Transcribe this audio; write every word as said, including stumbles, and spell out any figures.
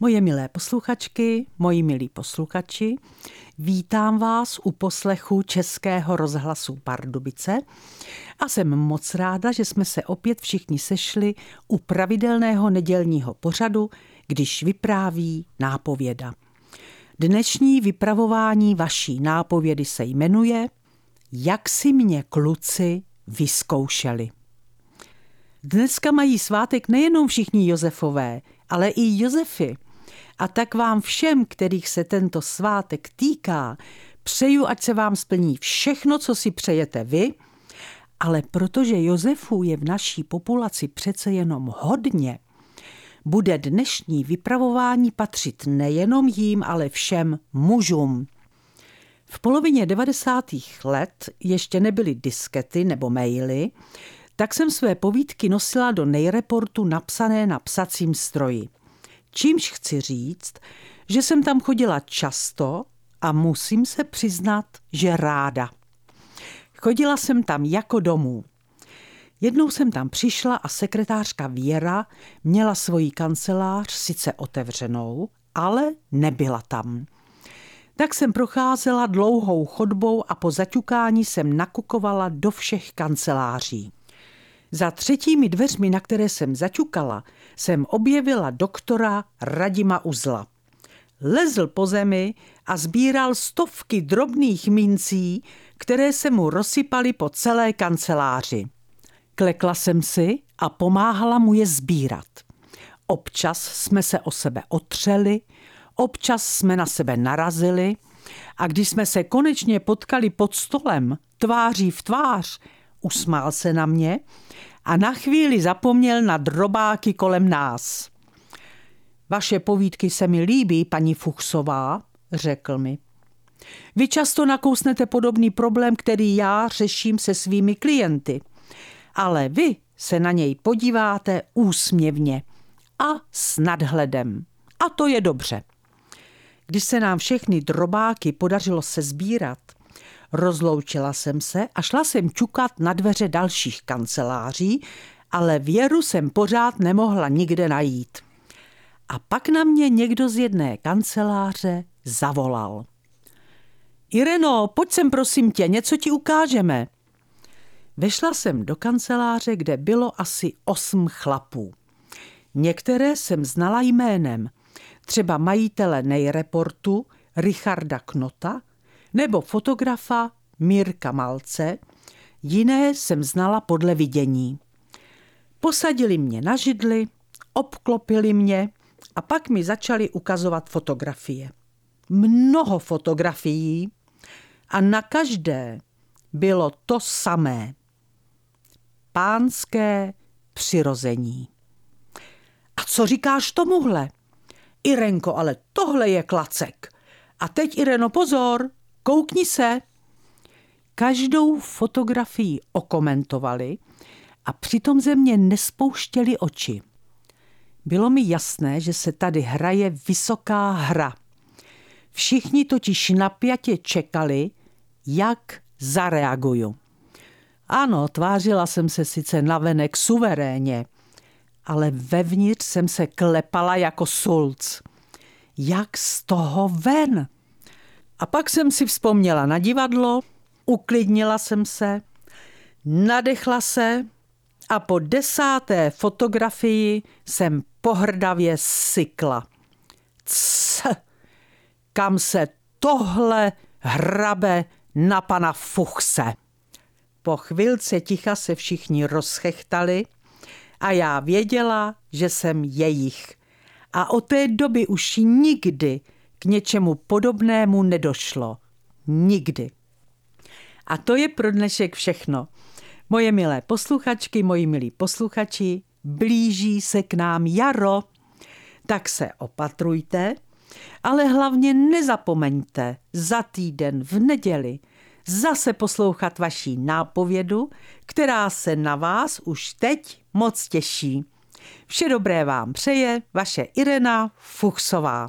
Moje milé posluchačky, moji milí posluchači, vítám vás u poslechu Českého rozhlasu Pardubice a jsem moc ráda, že jsme se opět všichni sešli u pravidelného nedělního pořadu, když vypráví nápověda. Dnešní vypravování vaší nápovědy se jmenuje Jak si mě kluci vyzkoušeli. Dneska mají svátek nejenom všichni Josefové, ale i Josefy. A tak vám všem, kterých se tento svátek týká, přeju, ať se vám splní všechno, co si přejete vy, ale protože Josefů je v naší populaci přece jenom hodně, bude dnešní vypravování patřit nejenom jím, ale všem mužům. V polovině devadesátých let ještě nebyly diskety nebo maily, tak jsem své povídky nosila do nejreportu napsané na psacím stroji. Čímž chci říct, že jsem tam chodila často a musím se přiznat, že ráda. Chodila jsem tam jako domů. Jednou jsem tam přišla a sekretářka Věra měla svoji kancelář sice otevřenou, ale nebyla tam. Tak jsem procházela dlouhou chodbou a po zaťukání jsem nakukovala do všech kanceláří. Za třetími dveřmi, na které jsem zaťukala, jsem objevila doktora Radima Uzla. Lezl po zemi a sbíral stovky drobných mincí, které se mu rozsypaly po celé kanceláři. Klekla jsem si a pomáhala mu je sbírat. Občas jsme se o sebe otřeli, občas jsme na sebe narazili a když jsme se konečně potkali pod stolem, tváří v tvář, usmál se na mě a na chvíli zapomněl na drobáky kolem nás. Vaše povídky se mi líbí, paní Fuchsová, řekl mi. Vy často nakousnete podobný problém, který já řeším se svými klienty, ale vy se na něj podíváte úsměvně a s nadhledem. A to je dobře. Když se nám všechny drobáky podařilo sesbírat, rozloučila jsem se a šla jsem čukat na dveře dalších kanceláří, ale Věru jsem pořád nemohla nikde najít. A pak na mě někdo z jedné kanceláře zavolal. Ireno, pojď sem prosím tě, něco ti ukážeme. Vešla jsem do kanceláře, kde bylo asi osm chlapů. Některé jsem znala jménem, třeba majitele Nejreportu Richarda Knota, nebo fotografa Mirka Malce, jiné jsem znala podle vidění. Posadili mě na židli, obklopili mě a pak mi začali ukazovat fotografie. Mnoho fotografií a na každé bylo to samé. Pánské přirození. A co říkáš tomuhle? Irenko, ale tohle je klacek. A teď, Ireno, pozor, koukni se. Každou fotografii okomentovali a přitom ze mě nespouštěli oči. Bylo mi jasné, že se tady hraje vysoká hra. Všichni totiž napjatě čekali, jak zareaguju. Ano, tvářila jsem se sice navenek suverénně, ale vevnitř jsem se klepala jako sulc. Jak z toho ven? A pak jsem si vzpomněla na divadlo, uklidnila jsem se, nadechla se a po desáté fotografii jsem pohrdavě sykla. Cs, kam se tohle hrabe na pana Fuchse? Po chvilce ticha se všichni rozchechtali a já věděla, že jsem jejich. A od té doby už nikdy k něčemu podobnému nedošlo. Nikdy. A to je pro dnešek všechno. Moje milé posluchačky, moji milí posluchači, blíží se k nám jaro, tak se opatrujte, ale hlavně nezapomeňte za týden v neděli zase poslouchat vaší nápovědu, která se na vás už teď moc těší. Vše dobré vám přeje vaše Irena Fuchsová.